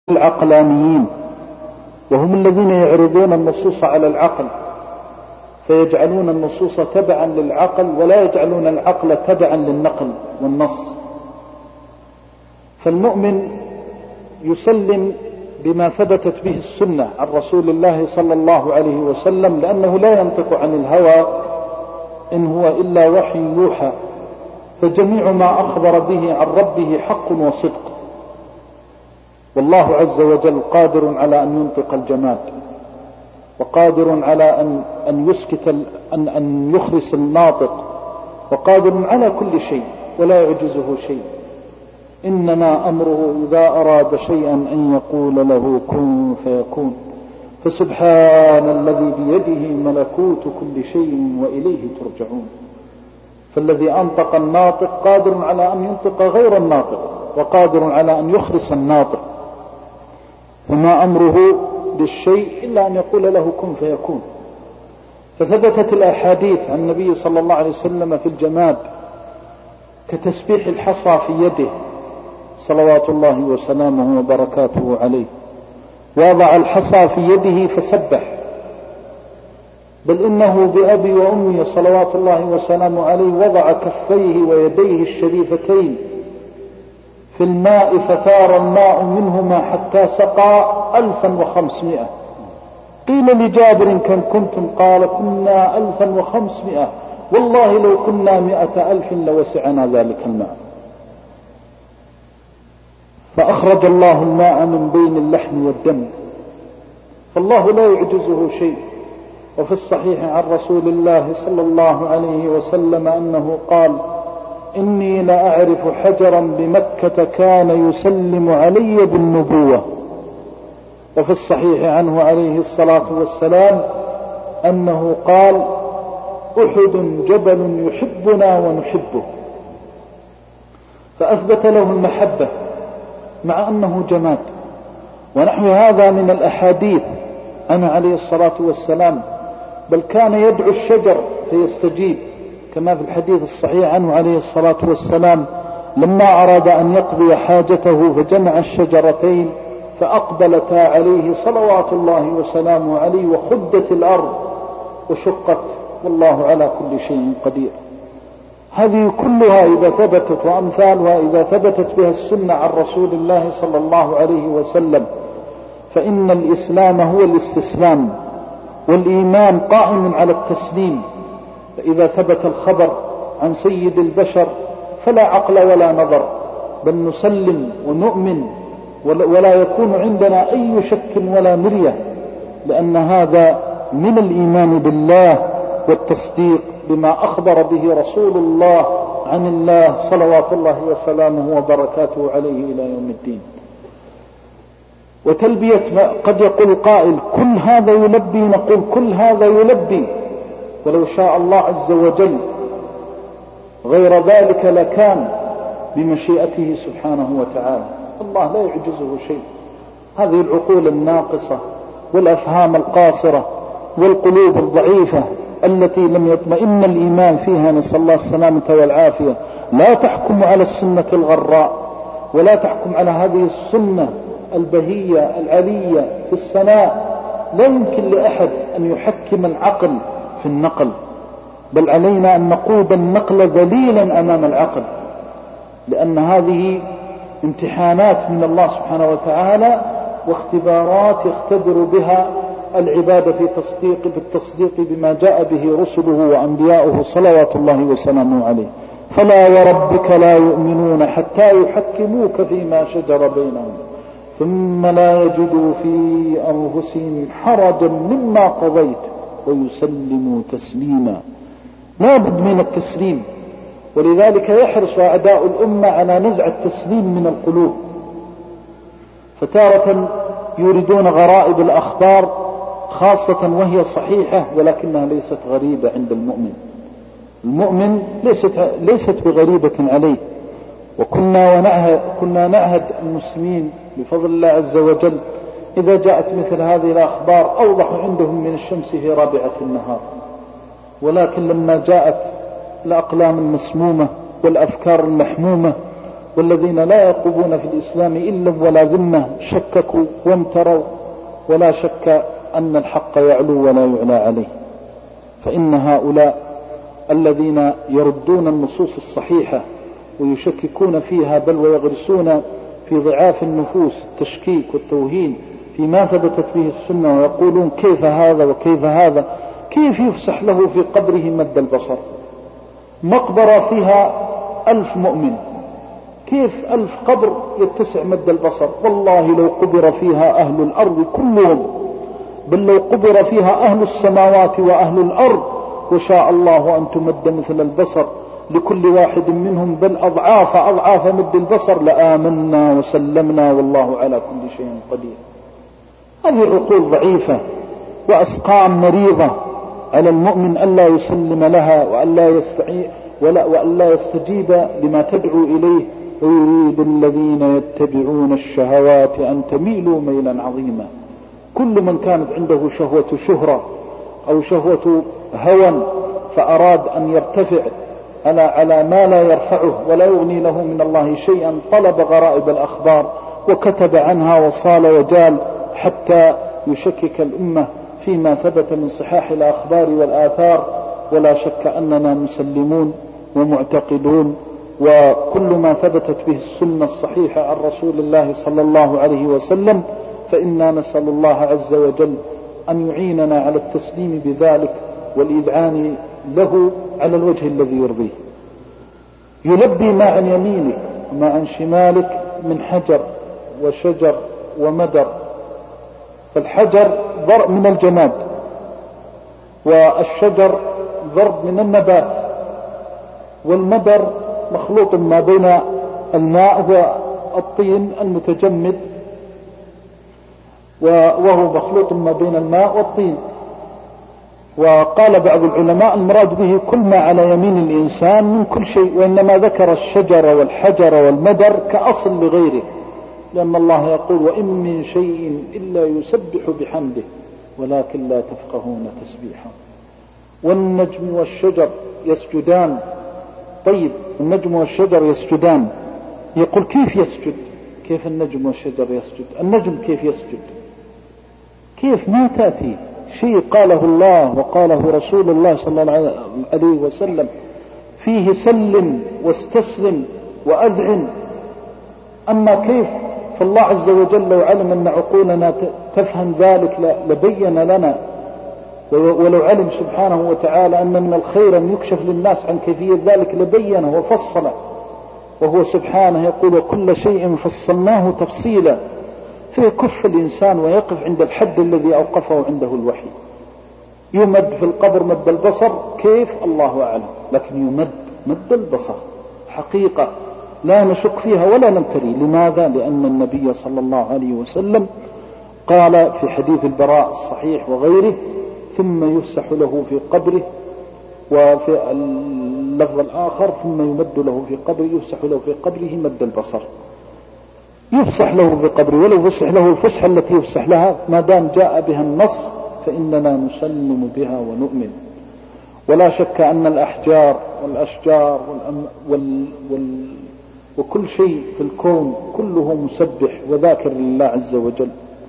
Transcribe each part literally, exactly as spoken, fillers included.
العقلانيين، وهم الذين يعرضون النصوص على العقل فيجعلون النصوص تبعا للعقل ولا يجعلون العقل تبعا للنقل والنص. فالمؤمن يسلم بما ثبتت به السنة عن رسول الله صلى الله عليه وسلم، لأنه لا ينطق عن الهوى إن هو إلا وحي يوحى، فجميع ما أخبر به عن ربه حق وصدق، والله عز وجل قادر على أن ينطق الجماد، وقادر على أن, أن يسكت أن, أن يخرس الناطق، وقادر على كل شيء ولا يعجزه شيء. إنما أمره إذا أراد شيئا أن يقول له كن فيكون. فسبحان الذي بيده ملكوت كل شيء وإليه ترجعون. فالذي أنطق الناطق قادر على أن ينطق غير الناطق، وقادر على أن يخرس الناطق، وما أمره بالشيء إلا أن يقول له كن فيكون. فثبتت الأحاديث عن النبي صلى الله عليه وسلم في الجماد كتسبيح الحصى في يده صلوات الله وسلامه وبركاته عليه، وضع الحصى في يده فسبح، بل إنه بأبي وأمي صلوات الله وسلامه عليه وضع كفيه ويديه الشريفتين في الماء فثار الماء منهما حتى سقى ألفا وخمسمائة. قيل لجابر كم كنتم؟ قال كنا ألفا وخمسمائة، والله لو كنا مئة ألف لوسعنا ذلك الماء. فأخرج الله الماء من بين اللحم والدم، فالله لا يعجزه شيء. وفي الصحيح عن رسول الله صلى الله عليه وسلم أنه قال إني لأعرف حجرا بمكة كان يسلم علي بالنبوة. وفي الصحيح عنه عليه الصلاة والسلام أنه قال أحد جبل يحبنا ونحبه، فأثبت له المحبة مع أنه جماد. ونحو هذا من الأحاديث عنه عليه الصلاة والسلام، بل كان يدعو الشجر فيستجيب، كما في الحديث الصحيح عنه عليه الصلاة والسلام لما أراد أن يقضي حاجته فجمع الشجرتين فأقبلتا عليه صلوات الله وسلامه عليه، وخدت الأرض وشقت، والله على كل شيء قدير. هذه كلها إذا ثبتت، وأمثالها إذا ثبتت بها السنة عن رسول الله صلى الله عليه وسلم، فإن الإسلام هو الاستسلام، والإيمان قائم على التسليم. فإذا ثبت الخبر عن سيد البشر فلا عقل ولا نظر، بل نسلم ونؤمن، ولا يكون عندنا أي شك ولا مرية، لأن هذا من الإيمان بالله والتصديق بما أخبر به رسول الله عن الله صلوات الله وسلامه وبركاته عليه إلى يوم الدين. وتلبية قد يقول قائل كل هذا يلبي، نقول كل هذا يلبي، ولو شاء الله عز وجل غير ذلك لكان بمشيئته سبحانه وتعالى. الله لا يعجزه شيء. هذه العقول الناقصة والأفهام القاصرة والقلوب الضعيفة التي لم يطمئن الإيمان فيها، نسأل الله السلامة والعافية، لا تحكم على السنة الغراء، ولا تحكم على هذه السنة البهية العلية في السماء. لا يمكن لأحد أن يحكم العقل في النقل، بل علينا أن نقود النقل ذليلا أمام العقل، لأن هذه امتحانات من الله سبحانه وتعالى واختبارات يختبر بها العباد في تصديق بالتصديق بما جاء به رسله وأنبياؤه صلوات الله وسلامه عليه. فلا وربك لا يؤمنون حتى يحكموك فيما شجر بينهم ثم لا يجدوا في أنفسهم حرجا مما قضيت ويسلموا تسليما. لا بد من التسليم، ولذلك يحرص أعداء الأمة على نزع التسليم من القلوب. فتارة يريدون غرائب الأخبار خاصة وهي صحيحة، ولكنها ليست غريبة عند المؤمن. المؤمن ليست, ليست بغريبة عليه. وكنا ونعهد كنا نعهد المسلمين بفضل الله عز وجل إذا جاءت مثل هذه الأخبار أوضح عندهم من الشمس في رابعة النهار. ولكن لما جاءت الأقلام المسمومة والأفكار المحمومة والذين لا يرقبون في الإسلام إلا ولا ذمة شككوا وامتروا، ولا شك أن الحق يعلو ولا يعلى عليه. فإن هؤلاء الذين يردون النصوص الصحيحة ويشككون فيها، بل ويغرسون في ضعاف النفوس التشكيك والتوهين فيما ثبتت به السنة، ويقولون كيف هذا وكيف هذا، كيف يفسح له في قبره مد البصر؟ مقبرة فيها ألف مؤمن، كيف ألف قبر يتسع مد البصر؟ والله لو قبر فيها أهل الأرض كلهم، بل لو قبر فيها أهل السماوات وأهل الأرض وشاء الله أن تمد مثل البصر لكل واحد منهم، بل أضعاف أضعاف مد البصر، لآمنا وسلمنا والله على كل شيء قدير. هذه عقول ضعيفة وأسقام مريضة على المؤمن ألا يسلم لها وألا يستعين ولا وألا يستجيب لما تدعو إليه. ويريد الذين يتبعون الشهوات أن تميلوا ميلا عظيما. كل من كانت عنده شهوة شهرة أو شهوة هوى فأراد أن يرتفع على على ما لا يرفعه ولا يغني له من الله شيئا، طلب غرائب الأخبار وكتب عنها وصال وجال حتى يشكك الأمة فيما ثبت من صحاح الأخبار والآثار. ولا شك أننا مسلمون ومعتقدون، وكل ما ثبتت به السنة الصحيحة عن رسول الله صلى الله عليه وسلم فإنا نسأل الله عز وجل أن يعيننا على التسليم بذلك والإذعان له على الوجه الذي يرضيه. يلبي ما عن يمينك وما عن شمالك من حجر وشجر ومدر. فالحجر ضرب من الجماد، والشجر ضرب من النبات، والمدر مخلوط ما بين الماء والطين المتجمد، وهو مخلوط ما بين الماء والطين. وقال بعض العلماء المراد به كل ما على يمين الإنسان من كل شيء، وإنما ذكر الشجر والحجر والمدر كأصل لغيره، لأن الله يقول وإن من شيء إلا يسبح بحمده ولكن لا تفقهون تسبيحا. والنجم والشجر يسجدان. طيب النجم والشجر يسجدان، يقول كيف يسجد؟ كيف النجم والشجر يسجد؟ النجم كيف يسجد؟ كيف؟ ما تأتي شيء قاله الله وقاله رسول الله صلى الله عليه وسلم فيه سلم واستسلم وأذعن. أما كيف؟ فالله عز وجل لو علم أن عقولنا تفهم ذلك لبين لنا، ولو علم سبحانه وتعالى أن من الخير أن يكشف للناس عن كيفية ذلك لبينه وفصله. وهو سبحانه يقول وكل شيء فصلناه تفصيلا. فيكف الإنسان ويقف عند الحد الذي أوقفه عنده الوحي. يمد في القبر مد البصر، كيف؟ الله أعلم، لكن يمد مد البصر حقيقة لا نشك فيها ولا نمتري. لماذا؟ لأن النبي صلى الله عليه وسلم قال في حديث البراء الصحيح وغيره ثم يفسح له في قبره، وفي اللفظ الآخر ثم يمد له في قبره يفسح له في قبره مد البصر. يفسح له في قبره، ولو فسح له الفسحة التي يفسح لها ما دام جاء بها النص فإننا نسلم بها ونؤمن. ولا شك أن الأحجار والأشجار وال... وال... وكل شيء في الكون كله مسبح وذاكر لله عز وجل.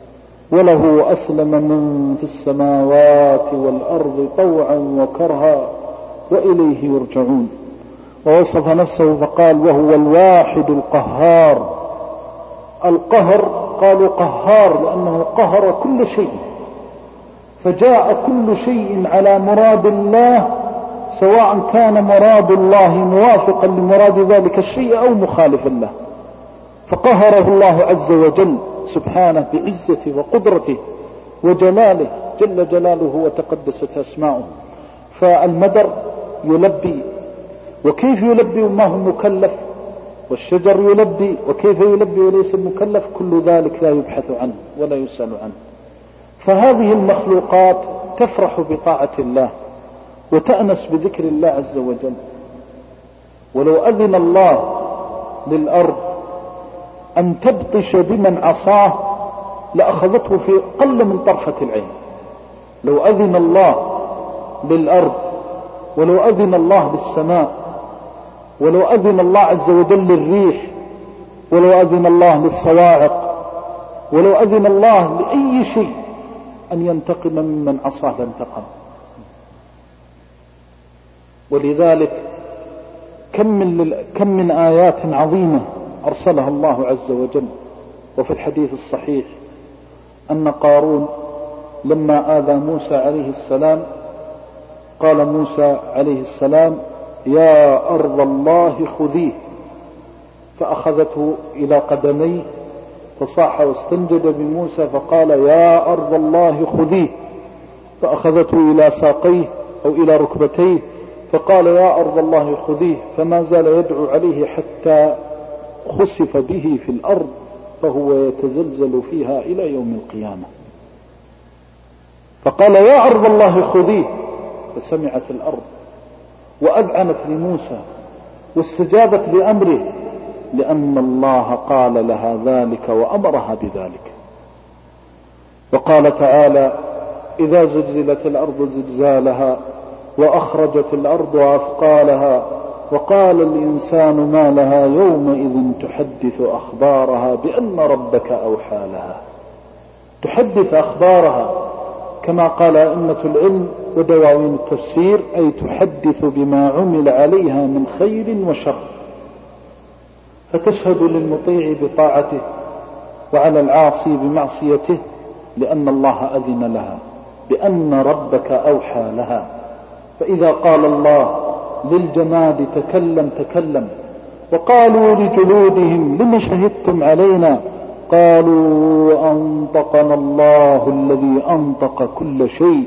وله أسلم من في السماوات والأرض طوعا وكرها وإليه يرجعون. ووصف نفسه فقال وهو الواحد القهار. القهر قالوا قهار لأنه قهر كل شيء، فجاء كل شيء على مراد الله سواء كان مراد الله موافقا لمراد ذلك الشيء أو مخالفا له، فقهره الله عز وجل سبحانه بعزته وقدرته وجلاله جل جلاله وتقدست أسماؤه. فالمدر يلبي، وكيف يلبي وما هو مكلف؟ والشجر يلبي وكيف يلبي وليس مكلف؟ كل ذلك لا يبحث عنه ولا يسأل عنه. فهذه المخلوقات تفرح بطاعة الله وتأنس بذكر الله عز وجل. ولو أذن الله للأرض أن تبطش بمن عصاه لأخذته في قل من طرفة العين. لو أذن الله للأرض، ولو أذن الله للسماء، ولو أذن الله عز وجل للريح ولو أذن الله للصواعق، ولو أذن الله لأي شيء أن ينتقم ممن عصاه لانتقم. ولذلك كم من, كم من آيات عظيمة أرسلها الله عز وجل. وفي الحديث الصحيح أن قارون لما آذى موسى عليه السلام قال موسى عليه السلام: يا أرض الله خذيه، فأخذته إلى قدميه فصاح واستنجد بموسى فقال: يا أرض الله خذيه، فأخذته إلى ساقيه أو إلى ركبتيه فقال: يا أرض الله خذيه، فما زال يدعو عليه حتى خسف به في الأرض فهو يتزلزل فيها إلى يوم القيامة. فقال: يا أرض الله خذيه، فسمعت الأرض وأذعنت لموسى واستجابت لأمره، لأن الله قال لها ذلك وأمرها بذلك. وقال تعالى: إذا زلزلت الأرض زلزالها وأخرجت الأرض أثقالها وقال الإنسان ما لها يومئذ تحدث أخبارها بأن ربك أوحى لها. تحدث أخبارها كما قال أئمة العلم ودواوين التفسير، أي تحدث بما عمل عليها من خير وشر، فتشهد للمطيع بطاعته وعلى العاصي بمعصيته، لأن الله أذن لها بأن ربك أوحى لها. فإذا قال الله للجماد تكلم تكلم، وقالوا لجلودهم لم شهدتم علينا، قالوا أنطقنا الله الذي أنطق كل شيء.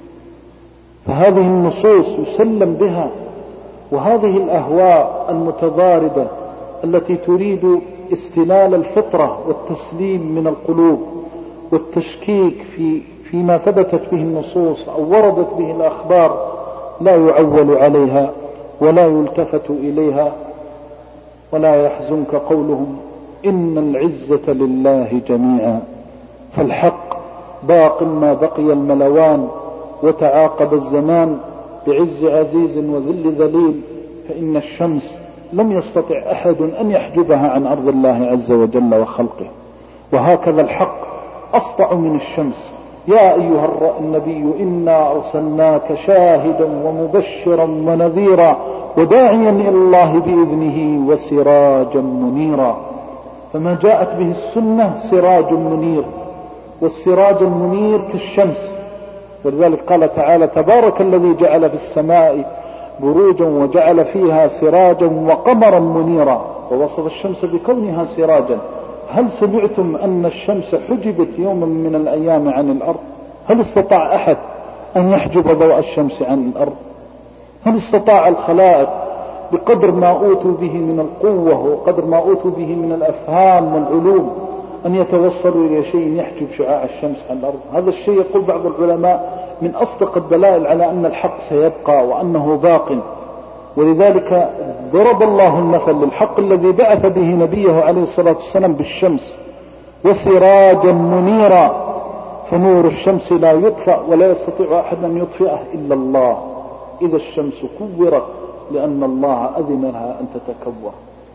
فهذه النصوص يسلم بها، وهذه الأهواء المتضاربة التي تريد استلال الفطرة والتسليم من القلوب والتشكيك في فيما ثبتت به النصوص أو وردت به الأخبار لا يعول عليها ولا يلتفت إليها. ولا يحزنك قولهم إن العزة لله جميعا، فالحق باق ما بقي الملوان وتعاقب الزمان بعز عزيز وذل ذليل، فإن الشمس لم يستطع أحد أن يحجبها عن أرض الله عز وجل وخلقه، وهكذا الحق أسطع من الشمس. يا أيها النبي إنا أرسلناك شاهدا ومبشرا ونذيرا وداعيا إلى الله بإذنه وسراجا منيرا. فما جاءت به السنة سراج منير، والسراج المنير كالشمس. ولذلك قال تعالى: تبارك الذي جعل في السماء بروجا وجعل فيها سراجا وقمرا منيرا، ووصف الشمس بكونها سراجا. هل سمعتم أن الشمس حجبت يوما من الأيام عن الأرض؟ هل استطاع أحد أن يحجب ضوء الشمس عن الأرض؟ هل استطاع الخلائق بقدر ما أوتوا به من القوة وقدر ما أوتوا به من الأفهام والعلوم أن يتوصلوا إلى شيء يحجب شعاع الشمس عن الأرض؟ هذا الشيء يقول بعض العلماء من أصدق الدلائل على أن الحق سيبقى وأنه باق. ولذلك ضرب الله المثل للحق الذي بعث به نبيه عليه الصلاة والسلام بالشمس وسراجا منيرا، فنور الشمس لا يطفأ ولا يستطيع أحد أن يطفئه إلا الله إذا الشمس كورت، لأن الله أذن لها أن تتكور.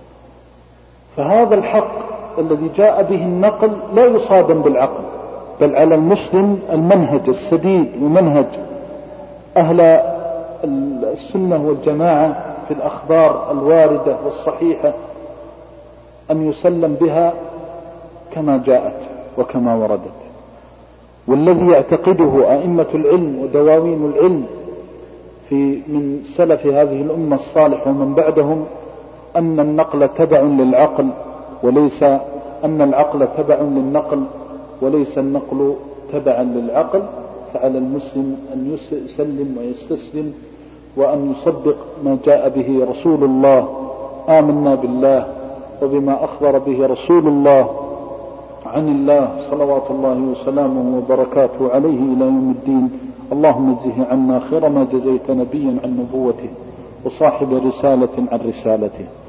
فهذا الحق الذي جاء به النقل لا يصادم بالعقل، بل على المسلم المنهج السديد ومنهج أهل السنة والجماعة في الأخبار الواردة والصحيحة أن يسلم بها كما جاءت وكما وردت. والذي يعتقده أئمة العلم ودواوين العلم في من سلف هذه الأمة الصالح ومن بعدهم أن النقل تبع للعقل وليس أن العقل تبع للنقل وليس النقل تبعا للعقل، فعلى المسلم أن يسلم ويستسلم وأن يصدق ما جاء به رسول الله. آمنا بالله وبما أخبر به رسول الله عن الله صلوات الله وسلامه وبركاته عليه إلى يوم الدين. اللهم اجزه عنا خير ما جزيت نبيا عن نبوته وصاحب رسالة عن رسالته.